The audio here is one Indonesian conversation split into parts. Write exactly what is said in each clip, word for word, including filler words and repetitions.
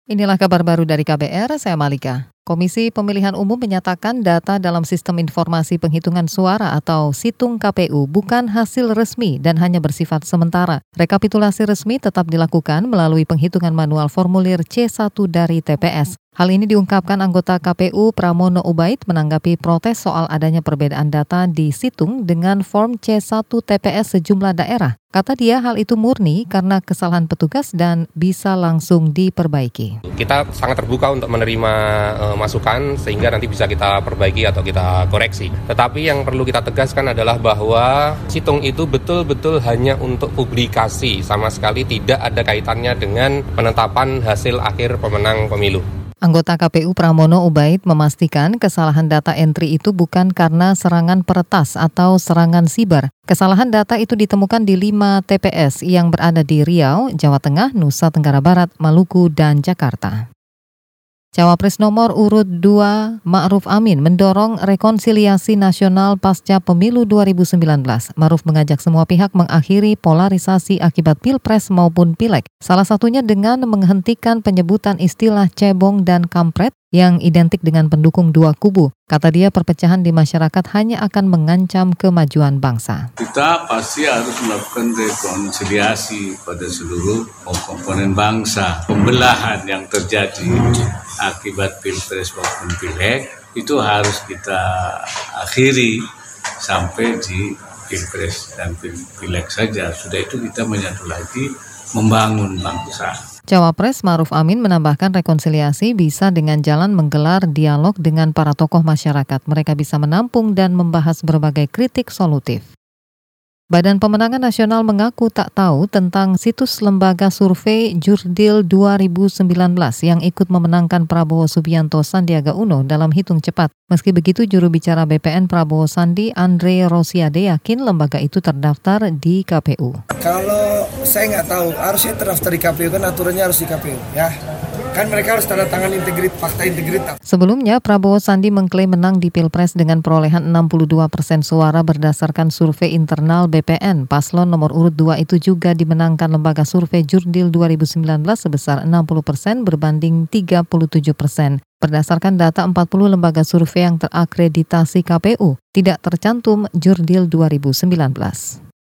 Inilah kabar baru dari K B R, saya Malika. Komisi Pemilihan Umum menyatakan data dalam Sistem Informasi Penghitungan Suara atau Situng K P U bukan hasil resmi dan hanya bersifat sementara. Rekapitulasi resmi tetap dilakukan melalui penghitungan manual formulir C satu dari T P S. Hal ini diungkapkan anggota K P U Pramono Ubaid menanggapi protes soal adanya perbedaan data di situng dengan form C satu T P S sejumlah daerah. Kata dia hal itu murni karena kesalahan petugas dan bisa langsung diperbaiki. Kita sangat terbuka untuk menerima e, masukan sehingga nanti bisa kita perbaiki atau kita koreksi. Tetapi yang perlu kita tegaskan adalah bahwa situng itu betul-betul hanya untuk publikasi, sama sekali tidak ada kaitannya dengan penetapan hasil akhir pemenang pemilu. Anggota K P U Pramono Ubaid memastikan kesalahan data entry itu bukan karena serangan peretas atau serangan siber. Kesalahan data itu ditemukan di lima T P S yang berada di Riau, Jawa Tengah, Nusa Tenggara Barat, Maluku, dan Jakarta. Cawapres nomor urut dua Ma'ruf Amin mendorong rekonsiliasi nasional pasca pemilu dua ribu sembilan belas. Ma'ruf mengajak semua pihak mengakhiri polarisasi akibat Pilpres maupun Pileg. Salah satunya dengan menghentikan penyebutan istilah cebong dan kampret yang identik dengan pendukung dua kubu. Kata dia perpecahan di masyarakat hanya akan mengancam kemajuan bangsa. Kita pasti harus melakukan rekonsiliasi pada seluruh komponen bangsa. Pembelahan yang terjadi akibat Pilpres maupun Pileg itu harus kita akhiri sampai di Pilpres dan Pileg saja. Sudah itu kita menyatu lagi membangun bangsa. Cawapres Ma'ruf Amin menambahkan rekonsiliasi bisa dengan jalan menggelar dialog dengan para tokoh masyarakat. Mereka bisa menampung dan membahas berbagai kritik solutif. Badan Pemenangan Nasional mengaku tak tahu tentang situs lembaga survei Jurdil dua ribu sembilan belas yang ikut memenangkan Prabowo Subianto Sandiaga Uno dalam hitung cepat. Meski begitu, juru bicara B P N Prabowo Sandi, Andre Rosiade, yakin lembaga itu terdaftar di K P U. Kalau saya nggak tahu, harusnya terdaftar di K P U, kan aturannya harus di K P U, ya. Kan mereka harus tanda tangan integritas, fakta integritas. Sebelumnya, Prabowo Sandi mengklaim menang di Pilpres dengan perolehan enam puluh dua persen suara berdasarkan survei internal B P N. Paslon nomor urut dua itu juga dimenangkan lembaga survei Jurdil dua ribu sembilan belas sebesar enam puluh persen berbanding tiga puluh tujuh persen. Berdasarkan data empat puluh lembaga survei yang terakreditasi K P U, tidak tercantum Jurdil dua ribu sembilan belas.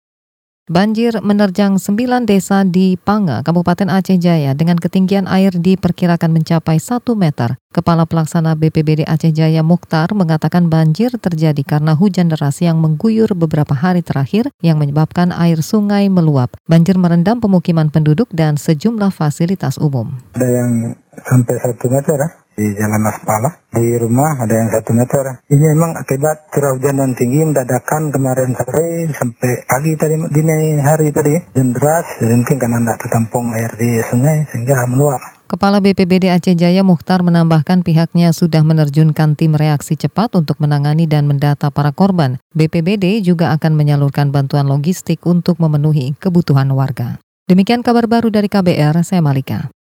Banjir menerjang sembilan desa di Panga, Kabupaten Aceh Jaya dengan ketinggian air diperkirakan mencapai satu meter. Kepala Pelaksana B P B D Aceh Jaya Mukhtar mengatakan banjir terjadi karena hujan deras yang mengguyur beberapa hari terakhir yang menyebabkan air sungai meluap. Banjir merendam pemukiman penduduk dan sejumlah fasilitas umum. Ada yang sampai satu meter ya. Di Jalan Aspala, di rumah ada yang satu meter. Ini memang akibat curah hujan yang tinggi mendadakan kemarin sore sampai pagi tadi, dini hari tadi, dan deras, dan mungkin karena tidak tertampung air di sungai sehingga meluap. Kepala B P B D Aceh Jaya Mukhtar menambahkan pihaknya sudah menerjunkan tim reaksi cepat untuk menangani dan mendata para korban. B P B D juga akan menyalurkan bantuan logistik untuk memenuhi kebutuhan warga. Demikian kabar baru dari K B R, saya Malika.